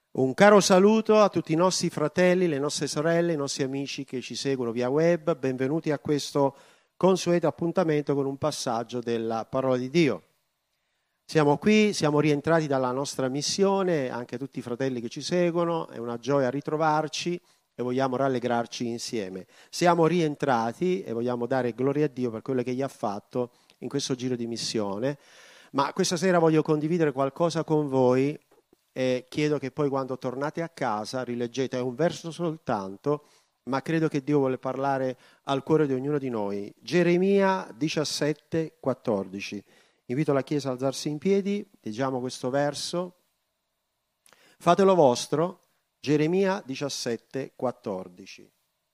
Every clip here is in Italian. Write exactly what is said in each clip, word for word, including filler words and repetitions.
Un caro saluto a tutti i nostri fratelli, le nostre sorelle, i nostri amici che ci seguono via web. Benvenuti a questo consueto appuntamento con un passaggio della parola di Dio. Siamo qui, siamo rientrati dalla nostra missione, anche tutti i fratelli che ci seguono, è una gioia ritrovarci e vogliamo rallegrarci insieme. Siamo rientrati e vogliamo dare gloria a Dio per quello che gli ha fatto in questo giro di missione, ma questa sera voglio condividere qualcosa con voi e chiedo che poi quando tornate a casa rileggete un verso soltanto, ma credo che Dio vuole parlare al cuore di ognuno di noi. Geremia diciassette quattordici. Invito la Chiesa a alzarsi in piedi, leggiamo questo verso. Fatelo vostro, Geremia diciassette quattordici.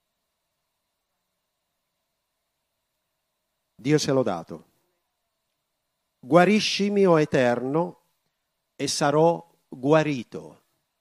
Dio sia lodato. Guariscimi, o Eterno, e sarò guarito.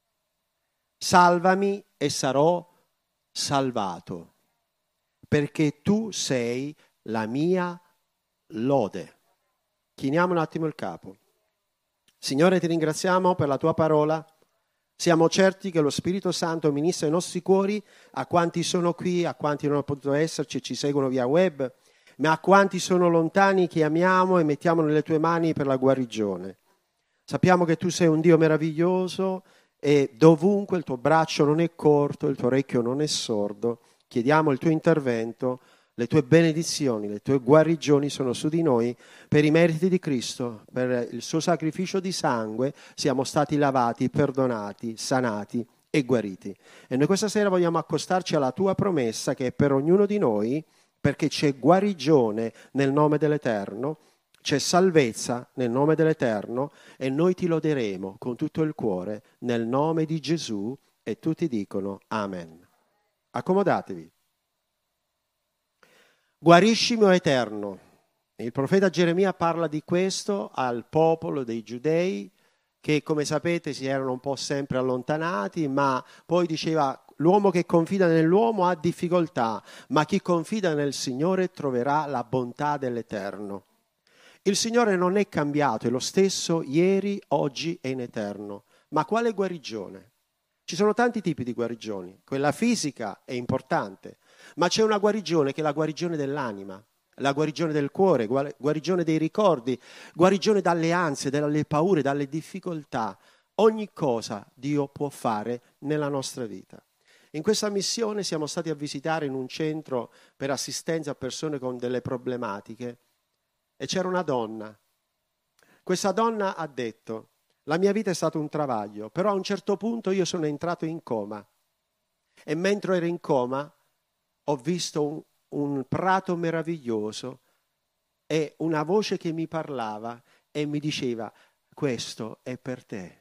Salvami e sarò salvato, perché tu sei la mia lode. Chiniamo un attimo il capo. Signore, ti ringraziamo per la tua parola. Siamo certi che lo Spirito Santo ministra i nostri cuori a quanti sono qui, a quanti non hanno potuto esserci e ci seguono via web, ma a quanti sono lontani che amiamo e mettiamo nelle tue mani per la guarigione. Sappiamo che tu sei un Dio meraviglioso e dovunque il tuo braccio non è corto, il tuo orecchio non è sordo, chiediamo il tuo intervento, le tue benedizioni, le tue guarigioni sono su di noi per i meriti di Cristo, per il suo sacrificio di sangue siamo stati lavati, perdonati, sanati e guariti. E noi questa sera vogliamo accostarci alla tua promessa che è per ognuno di noi, perché c'è guarigione nel nome dell'Eterno, c'è salvezza nel nome dell'Eterno e noi ti loderemo con tutto il cuore nel nome di Gesù, e tutti dicono Amen. Accomodatevi. Guariscimi, o Eterno. Il profeta Geremia parla di questo al popolo dei Giudei che, come sapete, si erano un po' sempre allontanati, ma poi diceva: l'uomo che confida nell'uomo ha difficoltà, ma chi confida nel Signore troverà la bontà dell'Eterno. Il Signore non è cambiato, è lo stesso ieri, oggi e in eterno. Ma quale guarigione? Ci sono tanti tipi di guarigioni. Quella fisica è importante, ma c'è una guarigione che è la guarigione dell'anima, la guarigione del cuore, guarigione dei ricordi, guarigione dalle ansie, dalle paure, dalle difficoltà. Ogni cosa Dio può fare nella nostra vita. In questa missione siamo stati a visitare in un centro per assistenza a persone con delle problematiche. E c'era una donna. Questa donna ha detto: la mia vita è stato un travaglio, però a un certo punto io sono entrato in coma e mentre ero in coma ho visto un, un prato meraviglioso e una voce che mi parlava e mi diceva: questo è per te.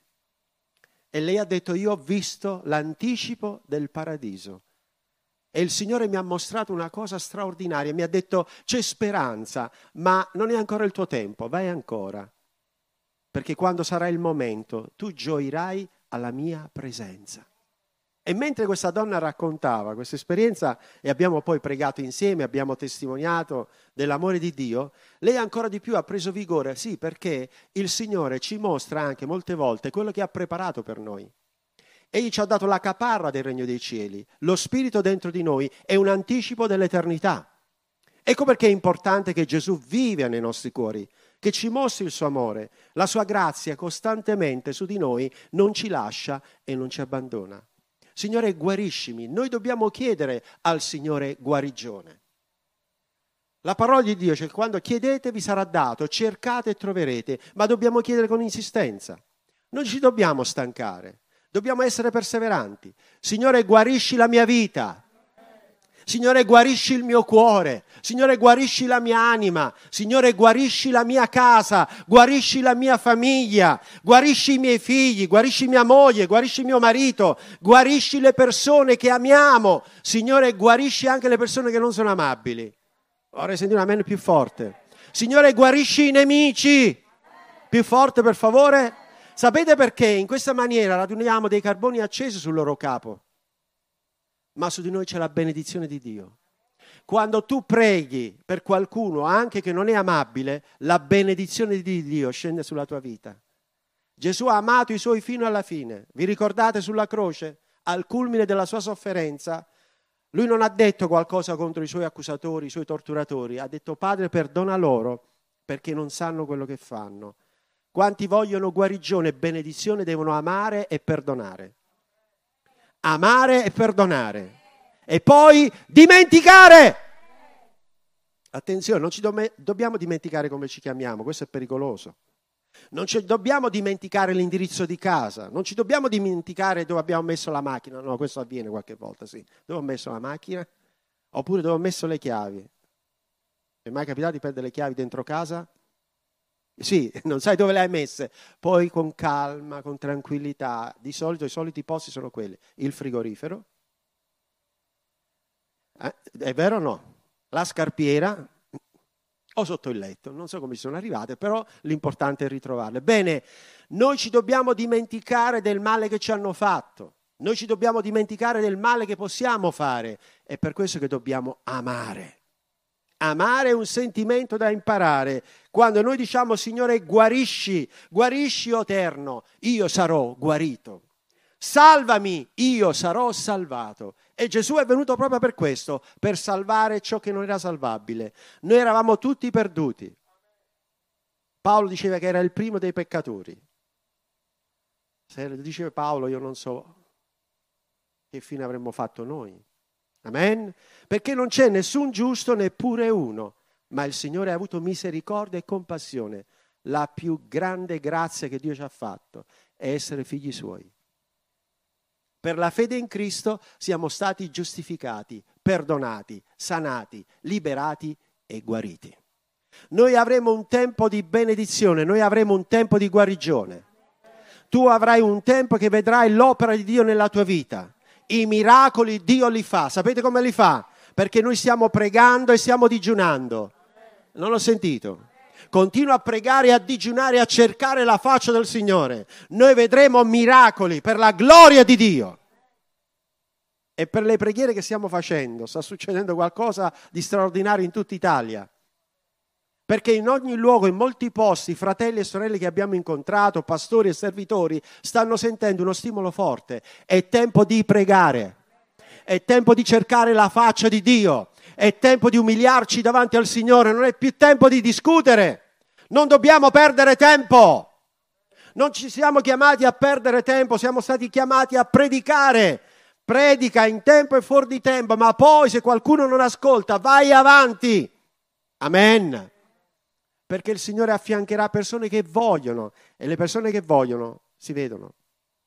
E lei ha detto: io ho visto l'anticipo del paradiso. E il Signore mi ha mostrato una cosa straordinaria, mi ha detto: c'è speranza, ma non è ancora il tuo tempo, vai ancora, perché quando sarà il momento tu gioirai alla mia presenza. E mentre questa donna raccontava questa esperienza e abbiamo poi pregato insieme, abbiamo testimoniato dell'amore di Dio, lei ancora di più ha preso vigore, sì, perché il Signore ci mostra anche molte volte quello che ha preparato per noi. Egli ci ha dato la caparra del regno dei cieli, lo Spirito dentro di noi è un anticipo dell'eternità. Ecco perché è importante che Gesù viva nei nostri cuori, che ci mostri il suo amore, la sua grazia costantemente su di noi non ci lascia e non ci abbandona. Signore, guariscimi, noi dobbiamo chiedere al Signore guarigione. La parola di Dio dice che quando chiedete vi sarà dato, cercate e troverete, ma dobbiamo chiedere con insistenza. Non ci dobbiamo stancare. Dobbiamo essere perseveranti. Signore, guarisci la mia vita. Signore, guarisci il mio cuore. Signore, guarisci la mia anima. Signore, guarisci la mia casa. Guarisci la mia famiglia. Guarisci i miei figli. Guarisci mia moglie. Guarisci mio marito. Guarisci le persone che amiamo. Signore, guarisci anche le persone che non sono amabili. Vorrei sentire una amen più forte. Signore, guarisci i nemici. Più forte, per favore. Sapete perché? In questa maniera raduniamo dei carboni accesi sul loro capo, ma su di noi c'è la benedizione di Dio. Quando tu preghi per qualcuno, anche che non è amabile, la benedizione di Dio scende sulla tua vita. Gesù ha amato i suoi fino alla fine. Vi ricordate sulla croce? Al culmine della sua sofferenza, lui non ha detto qualcosa contro i suoi accusatori, i suoi torturatori. Ha detto: Padre, perdona loro perché non sanno quello che fanno. Quanti vogliono guarigione e benedizione devono amare e perdonare. Amare e perdonare. E poi dimenticare. Attenzione, non ci do- dobbiamo dimenticare come ci chiamiamo, questo è pericoloso. Non ci dobbiamo dimenticare l'indirizzo di casa, non ci dobbiamo dimenticare dove abbiamo messo la macchina. No, questo avviene qualche volta, sì. Dove ho messo la macchina? Oppure dove ho messo le chiavi. È mai capitato di perdere le chiavi dentro casa? Sì, non sai dove le hai messe. Poi con calma, con tranquillità. Di solito i soliti posti sono quelli. Il frigorifero. Eh, è vero o no? La scarpiera. O sotto il letto, non so come ci sono arrivate, però l'importante è ritrovarle. Bene, noi ci dobbiamo dimenticare del male che ci hanno fatto, noi ci dobbiamo dimenticare del male che possiamo fare, è per questo che dobbiamo amare. Amare è un sentimento da imparare. Quando noi diciamo: Signore, guarisci, guarisci, o Eterno, io sarò guarito. Salvami, io sarò salvato. E Gesù è venuto proprio per questo, per salvare ciò che non era salvabile. Noi eravamo tutti perduti. Paolo diceva che era il primo dei peccatori. Se diceva Paolo, io non so che fine avremmo fatto noi. Amen? Perché non c'è nessun giusto, neppure uno, ma il Signore ha avuto misericordia e compassione. La più grande grazia che Dio ci ha fatto è essere figli Suoi. Per la fede in Cristo siamo stati giustificati, perdonati, sanati, liberati e guariti. Noi avremo un tempo di benedizione, noi avremo un tempo di guarigione. Tu avrai un tempo che vedrai l'opera di Dio nella tua vita. I miracoli Dio li fa. Sapete come li fa? Perché noi stiamo pregando e stiamo digiunando. Non ho sentito. Continua a pregare e a digiunare e a cercare la faccia del Signore. Noi vedremo miracoli per la gloria di Dio. E per le preghiere che stiamo facendo sta succedendo qualcosa di straordinario in tutta Italia. Perché in ogni luogo, in molti posti, fratelli e sorelle che abbiamo incontrato, pastori e servitori, stanno sentendo uno stimolo forte. È tempo di pregare. È tempo di cercare la faccia di Dio. È tempo di umiliarci davanti al Signore. Non è più tempo di discutere. Non dobbiamo perdere tempo. Non ci siamo chiamati a perdere tempo, siamo stati chiamati a predicare. Predica in tempo e fuori di tempo, ma poi se qualcuno non ascolta, vai avanti. Amen. Perché il Signore affiancherà persone che vogliono, e le persone che vogliono si vedono.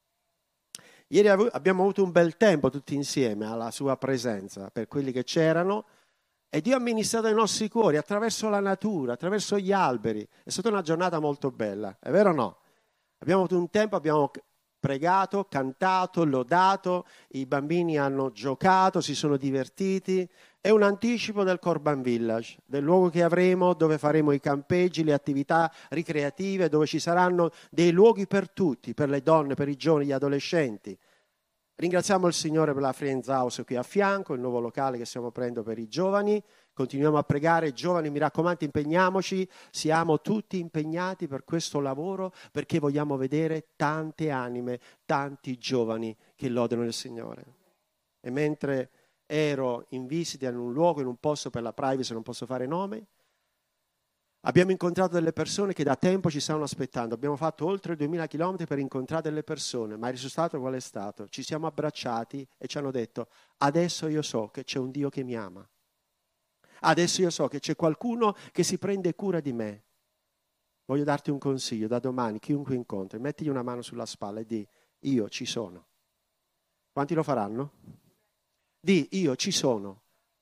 Ieri abbiamo avuto un bel tempo tutti insieme alla sua presenza, per quelli che c'erano, e Dio ha ministrato ai nostri cuori attraverso la natura, attraverso gli alberi. È stata una giornata molto bella, è vero o no? Abbiamo avuto un tempo, abbiamo pregato, cantato, lodato, i bambini hanno giocato, si sono divertiti. È un anticipo del Corban Village, del luogo che avremo, dove faremo i campeggi, le attività ricreative, dove ci saranno dei luoghi per tutti, per le donne, per i giovani, gli adolescenti. Ringraziamo il Signore per la Friends House qui a fianco, il nuovo locale che stiamo aprendo per i giovani. Continuiamo a pregare, giovani, mi raccomando, impegniamoci, siamo tutti impegnati per questo lavoro, perché vogliamo vedere tante anime, tanti giovani che lodano il Signore. E mentre ero in visita in un luogo, in un posto per la privacy, non posso fare nome, abbiamo incontrato delle persone che da tempo ci stavano aspettando. Abbiamo fatto oltre duemila chilometri per incontrare delle persone, ma il risultato qual è stato? Ci siamo abbracciati e ci hanno detto: adesso io so che c'è un Dio che mi ama. Adesso io so che c'è qualcuno che si prende cura di me. Voglio darti un consiglio: da domani chiunque incontri, mettigli una mano sulla spalla e di: io ci sono. Quanti lo faranno? Di: io ci sono.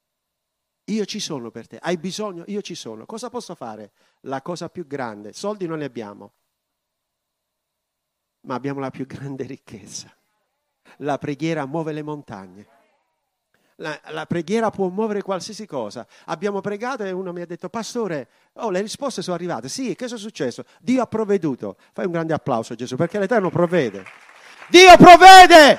Io ci sono per te. Hai bisogno? Io ci sono. Cosa posso fare? La cosa più grande. Soldi non ne abbiamo, ma abbiamo la più grande ricchezza. La preghiera muove le montagne. La, la preghiera può muovere qualsiasi cosa. Abbiamo pregato e uno mi ha detto: pastore, oh, le risposte sono arrivate. Sì, che è successo? Dio ha provveduto. Fai un grande applauso a Gesù, perché l'Eterno provvede. Dio provvede!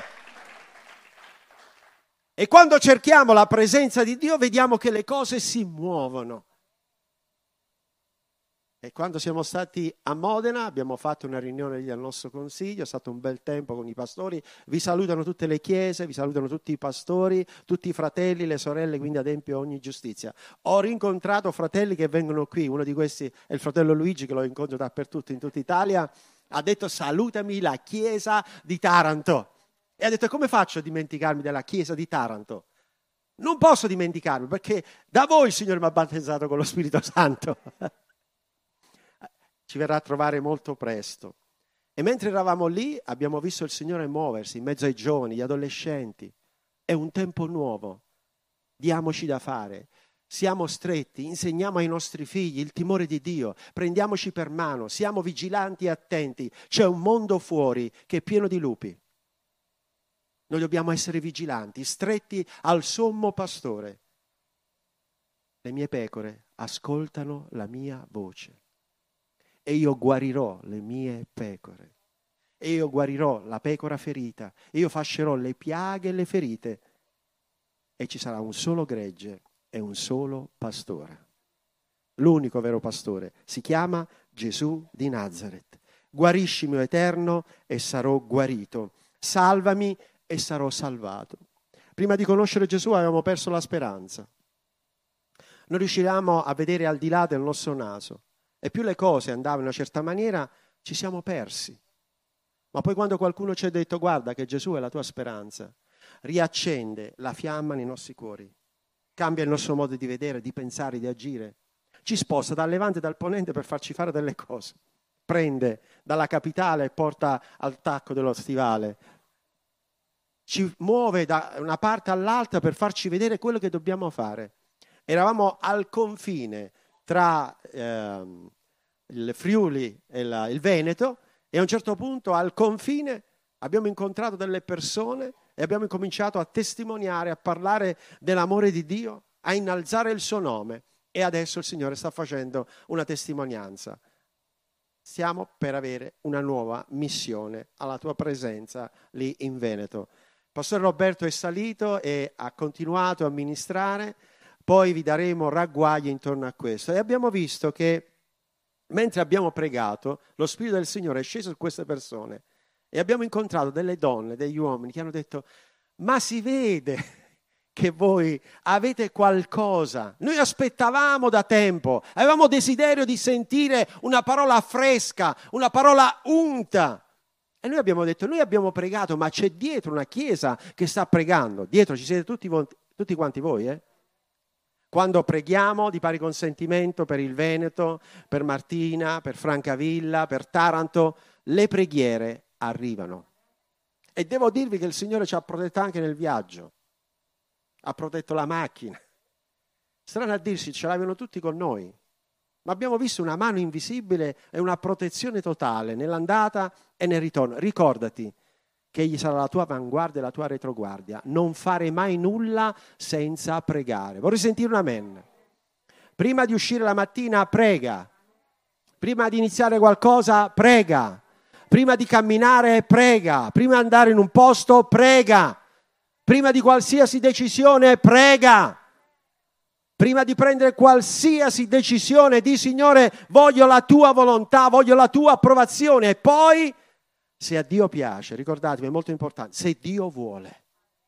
E quando cerchiamo la presenza di Dio vediamo che le cose si muovono. E quando siamo stati a Modena abbiamo fatto una riunione lì al nostro consiglio, è stato un bel tempo con i pastori, vi salutano tutte le chiese, vi salutano tutti i pastori, tutti i fratelli, le sorelle, quindi adempio ogni giustizia. Ho rincontrato fratelli che vengono qui, uno di questi è il fratello Luigi che lo incontro dappertutto in tutta Italia, ha detto salutami la chiesa di Taranto. E ha detto come faccio a dimenticarmi della chiesa di Taranto? Non posso dimenticarmi perché da voi il Signore mi ha battezzato con lo Spirito Santo. Ci verrà a trovare molto presto. E mentre eravamo lì abbiamo visto il Signore muoversi in mezzo ai giovani, agli adolescenti. È un tempo nuovo, diamoci da fare, siamo stretti, insegniamo ai nostri figli il timore di Dio, prendiamoci per mano, siamo vigilanti e attenti. C'è un mondo fuori che è pieno di lupi. Noi dobbiamo essere vigilanti, stretti al sommo pastore. Le mie pecore ascoltano la mia voce. E io guarirò le mie pecore, e io guarirò la pecora ferita, e io fascerò le piaghe e le ferite, e ci sarà un solo gregge e un solo pastore. L'unico vero pastore si chiama Gesù di Nazaret. Guarisci, mio Eterno, e sarò guarito. Salvami e sarò salvato. Prima di conoscere Gesù avevamo perso la speranza. Non riuscivamo a vedere al di là del nostro naso. E più le cose andavano in una certa maniera, ci siamo persi. Ma poi quando qualcuno ci ha detto guarda che Gesù è la tua speranza, riaccende la fiamma nei nostri cuori, cambia il nostro modo di vedere, di pensare, di agire, ci sposta dal levante e dal ponente per farci fare delle cose, prende dalla capitale e porta al tacco dello stivale, ci muove da una parte all'altra per farci vedere quello che dobbiamo fare. Eravamo al confine tra ehm, il Friuli e la, il Veneto, e a un certo punto al confine abbiamo incontrato delle persone e abbiamo incominciato a testimoniare, a parlare dell'amore di Dio, a innalzare il suo nome, e adesso il Signore sta facendo una testimonianza. Stiamo per avere una nuova missione alla tua presenza lì in Veneto. Il Pastore Roberto è salito e ha continuato a ministrare. Poi vi daremo ragguagli intorno a questo. E abbiamo visto che mentre abbiamo pregato, lo Spirito del Signore è sceso su queste persone e abbiamo incontrato delle donne, degli uomini che hanno detto ma si vede che voi avete qualcosa. Noi aspettavamo da tempo, avevamo desiderio di sentire una parola fresca, una parola unta. E noi abbiamo detto, noi abbiamo pregato, ma c'è dietro una chiesa che sta pregando. Dietro ci siete tutti, tutti quanti voi, eh? Quando preghiamo di pari consentimento per il Veneto, per Martina, per Francavilla, per Taranto, le preghiere arrivano. E devo dirvi che il Signore ci ha protetto anche nel viaggio. Ha protetto la macchina. Strano a dirsi, ce l'avevano tutti con noi. Ma abbiamo visto una mano invisibile e una protezione totale nell'andata e nel ritorno. Ricordati che Egli sarà la tua avanguardia e la tua retroguardia. Non fare mai nulla senza pregare. Vorrei sentire un amen. Prima di uscire la mattina, prega. Prima di iniziare qualcosa, prega. Prima di camminare, prega. Prima di andare in un posto, prega. Prima di qualsiasi decisione, prega. Prima di prendere qualsiasi decisione, di Signore, voglio la tua volontà, voglio la tua approvazione. E poi, se a Dio piace, ricordatevi, è molto importante, se Dio vuole.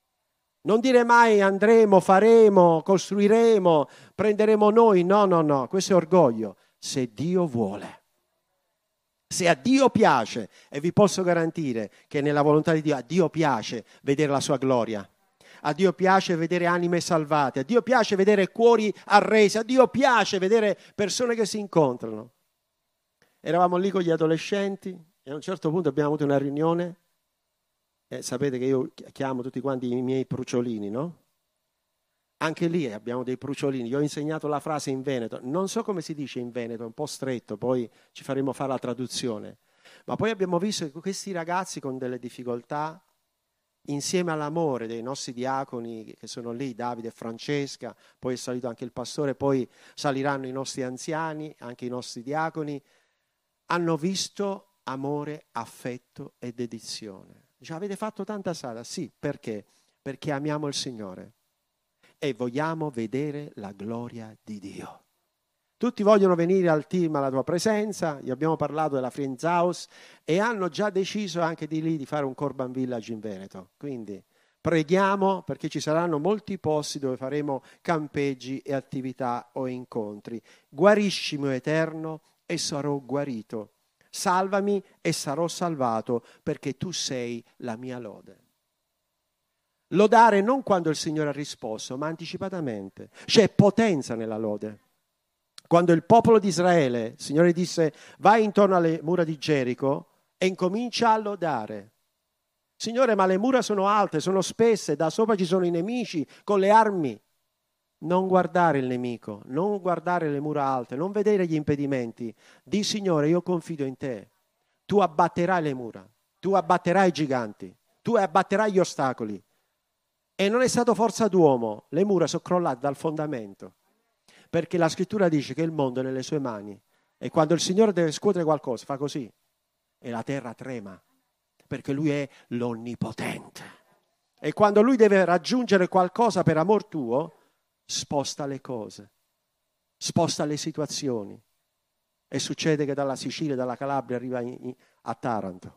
Non dire mai andremo, faremo, costruiremo, prenderemo noi. No, no, no, questo è orgoglio. Se Dio vuole. Se a Dio piace, e vi posso garantire che nella volontà di Dio, a Dio piace vedere la sua gloria. A Dio piace vedere anime salvate, a Dio piace vedere cuori arresi, a Dio piace vedere persone che si incontrano. Eravamo lì con gli adolescenti e a un certo punto abbiamo avuto una riunione e sapete che io chiamo tutti quanti i miei pruciolini, no? Anche lì abbiamo dei pruciolini. Io ho insegnato la frase in Veneto, non so come si dice in Veneto, è un po' stretto, poi ci faremo fare la traduzione. Ma poi abbiamo visto che questi ragazzi con delle difficoltà, insieme all'amore dei nostri diaconi che sono lì, Davide e Francesca, poi è salito anche il pastore, poi saliranno i nostri anziani, anche i nostri diaconi, hanno visto amore, affetto e dedizione. Dice, avete fatto tanta strada? Sì, perché? Perché amiamo il Signore e vogliamo vedere la gloria di Dio. Tutti vogliono venire al team alla tua presenza, gli abbiamo parlato della Friends House e hanno già deciso anche di lì di fare un Corban Village in Veneto. Quindi preghiamo perché ci saranno molti posti dove faremo campeggi e attività o incontri. Guarisci, mio Eterno, e sarò guarito. Salvami e sarò salvato perché tu sei la mia lode. Lodare non quando il Signore ha risposto, ma anticipatamente. C'è potenza nella lode. Quando il popolo di Israele, il Signore disse, vai intorno alle mura di Gerico e incomincia a lodare. Signore, ma le mura sono alte, sono spesse, da sopra ci sono i nemici con le armi. Non guardare il nemico, non guardare le mura alte, non vedere gli impedimenti. Di Signore, io confido in te. Tu abbatterai le mura, tu abbatterai i giganti, tu abbatterai gli ostacoli. E non è stato forza d'uomo, le mura sono crollate dal fondamento. Perché la scrittura dice che il mondo è nelle sue mani e quando il Signore deve scuotere qualcosa fa così e la terra trema perché Lui è l'onnipotente e quando Lui deve raggiungere qualcosa per amor tuo sposta le cose, sposta le situazioni e succede che dalla Sicilia, dalla Calabria arriva in, in, a Taranto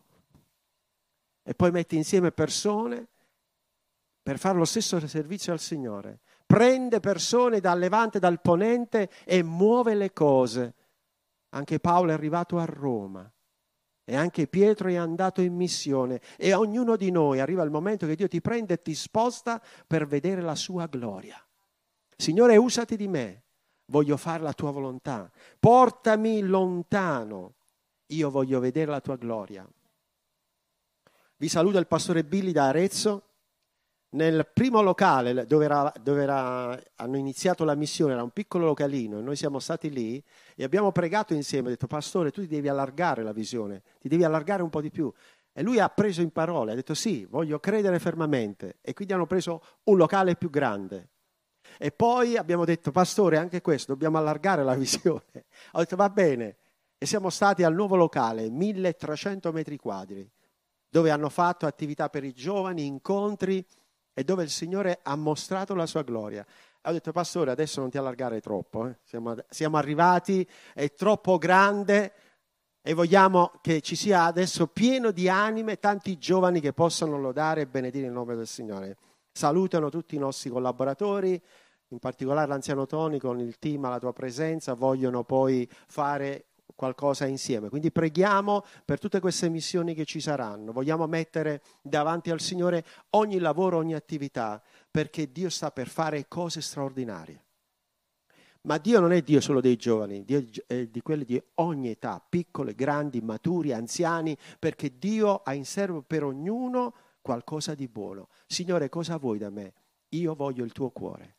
e poi mette insieme persone per fare lo stesso servizio al Signore. Prende persone dal levante, dal ponente e muove le cose. Anche Paolo è arrivato a Roma e anche Pietro è andato in missione e a ognuno di noi arriva il momento che Dio ti prende e ti sposta per vedere la sua gloria. Signore, usati di me, voglio fare la tua volontà. Portami lontano, io voglio vedere la tua gloria. Vi saluta il pastore Billy da Arezzo. Nel primo locale dove, era, dove era, hanno iniziato la missione, era un piccolo localino e noi siamo stati lì e abbiamo pregato insieme, ha detto pastore tu ti devi allargare la visione, ti devi allargare un po' di più e lui ha preso in parole, ha detto sì, voglio credere fermamente e quindi hanno preso un locale più grande e poi abbiamo detto pastore anche questo, dobbiamo allargare la visione, ho detto va bene e siamo stati al nuovo locale, milletrecento metri quadri dove hanno fatto attività per i giovani, incontri e dove il Signore ha mostrato la sua gloria. Ho detto, pastore, adesso non ti allargare troppo, eh? siamo, siamo arrivati, è troppo grande e vogliamo che ci sia adesso pieno di anime, tanti giovani che possano lodare e benedire il nome del Signore. Salutano tutti i nostri collaboratori, in particolare l'anziano Tony con il team alla tua presenza, vogliono poi fare qualcosa insieme. Quindi preghiamo per tutte queste missioni che ci saranno. Vogliamo mettere davanti al Signore ogni lavoro, ogni attività, perché Dio sta per fare cose straordinarie. Ma Dio non è Dio solo dei giovani, Dio è di quelli di ogni età, piccole, grandi, maturi, anziani, perché Dio ha in serbo per ognuno qualcosa di buono. Signore, cosa vuoi da me? Io voglio il tuo cuore.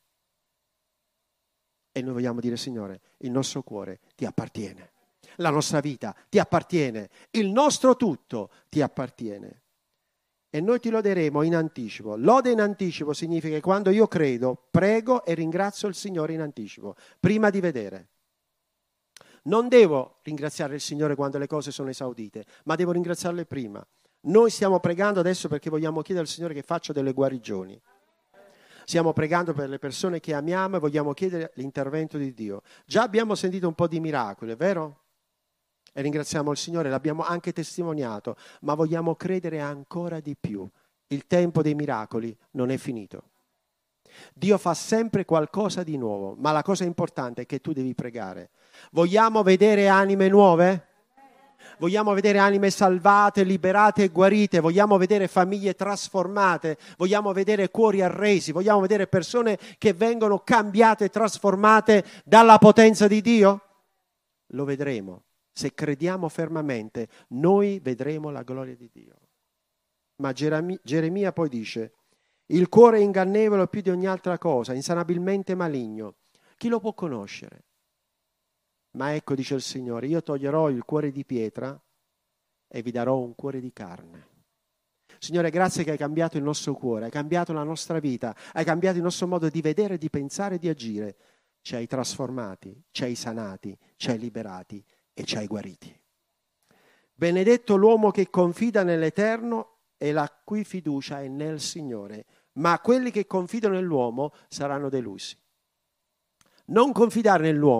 E noi vogliamo dire, Signore, il nostro cuore ti appartiene. La nostra vita ti appartiene, il nostro tutto ti appartiene e noi ti loderemo in anticipo. Lode in anticipo significa che quando io credo, prego e ringrazio il Signore in anticipo, prima di vedere. Non devo ringraziare il Signore quando le cose sono esaudite, ma devo ringraziarle prima. Noi stiamo pregando adesso perché vogliamo chiedere al Signore che faccia delle guarigioni. Stiamo pregando per le persone che amiamo e vogliamo chiedere l'intervento di Dio. Già abbiamo sentito un po' di miracoli, è vero? E ringraziamo il Signore, l'abbiamo anche testimoniato, ma vogliamo credere ancora di più. Il tempo dei miracoli non è finito. Dio fa sempre qualcosa di nuovo, ma la cosa importante è che tu devi pregare. Vogliamo vedere anime nuove? Vogliamo vedere anime salvate, liberate e guarite, vogliamo vedere famiglie trasformate, vogliamo vedere cuori arresi, vogliamo vedere persone che vengono cambiate e trasformate dalla potenza di Dio? Lo vedremo. Se crediamo fermamente, noi vedremo la gloria di Dio. Ma Geremia poi dice, il cuore è ingannevole più di ogni altra cosa, insanabilmente maligno. Chi lo può conoscere? Ma ecco, dice il Signore, io toglierò il cuore di pietra e vi darò un cuore di carne. Signore, grazie che hai cambiato il nostro cuore, hai cambiato la nostra vita, hai cambiato il nostro modo di vedere, di pensare e di agire. Ci hai trasformati, ci hai sanati, ci hai liberati e ci hai guariti. Benedetto l'uomo che confida nell'Eterno e la cui fiducia è nel Signore, ma quelli che confidano nell'uomo saranno delusi. Non confidare nell'uomo,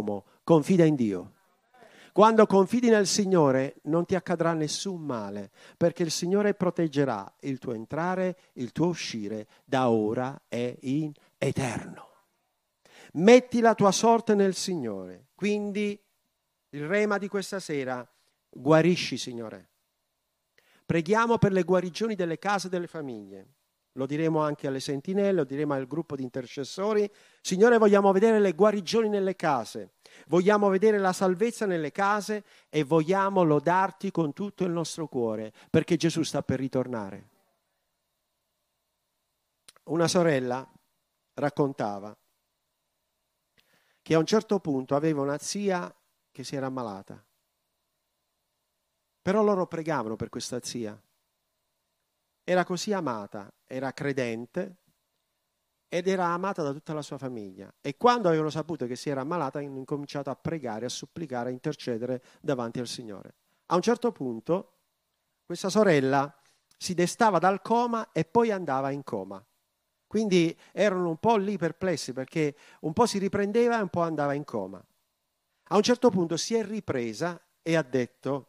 Confida in Dio. Quando confidi nel Signore non ti accadrà nessun male, perché il Signore proteggerà il tuo entrare, il tuo uscire da ora e in eterno. Metti la tua sorte nel Signore. Quindi il rema di questa sera: guarisci, Signore. Preghiamo per le guarigioni delle case e delle famiglie. Lo diremo anche alle sentinelle, lo diremo al gruppo di intercessori. Signore, vogliamo vedere le guarigioni nelle case, vogliamo vedere la salvezza nelle case e vogliamo lodarti con tutto il nostro cuore, perché Gesù sta per ritornare. Una sorella raccontava che a un certo punto aveva una zia che si era ammalata. Però loro pregavano per questa zia. Era così amata, era credente ed era amata da tutta la sua famiglia. E quando avevano saputo che si era ammalata, hanno incominciato a pregare, a supplicare, a intercedere davanti al Signore. A un certo punto questa sorella si destava dal coma e poi andava in coma. Quindi erano un po' lì perplessi, perché un po' si riprendeva e un po' andava in coma. A un certo punto si è ripresa e ha detto: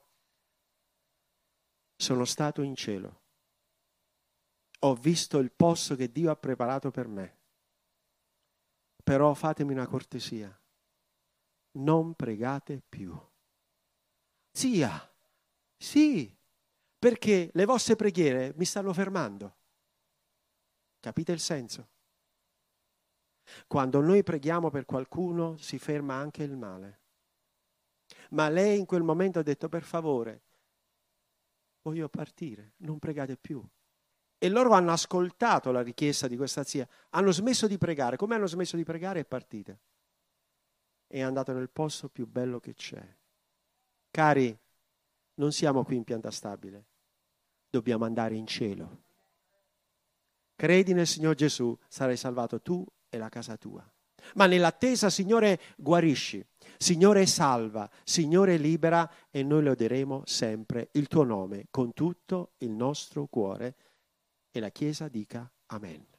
sono stato in cielo. Ho visto il posto che Dio ha preparato per me. Però fatemi una cortesia. Non pregate più. Zia, sì, perché le vostre preghiere mi stanno fermando. Capite il senso? Quando noi preghiamo per qualcuno si ferma anche il male. Ma lei in quel momento ha detto: per favore, voglio partire, non pregate più. E loro hanno ascoltato la richiesta di questa zia, hanno smesso di pregare. Come hanno smesso di pregare? È partita. È andata nel posto più bello che c'è. Cari, non siamo qui in pianta stabile, dobbiamo andare in cielo. Credi nel Signor Gesù, sarai salvato tu e la casa tua. Ma nell'attesa, Signore, guarisci, Signore, salva, Signore, libera, e noi loderemo sempre il tuo nome con tutto il nostro cuore. E la Chiesa dica amen.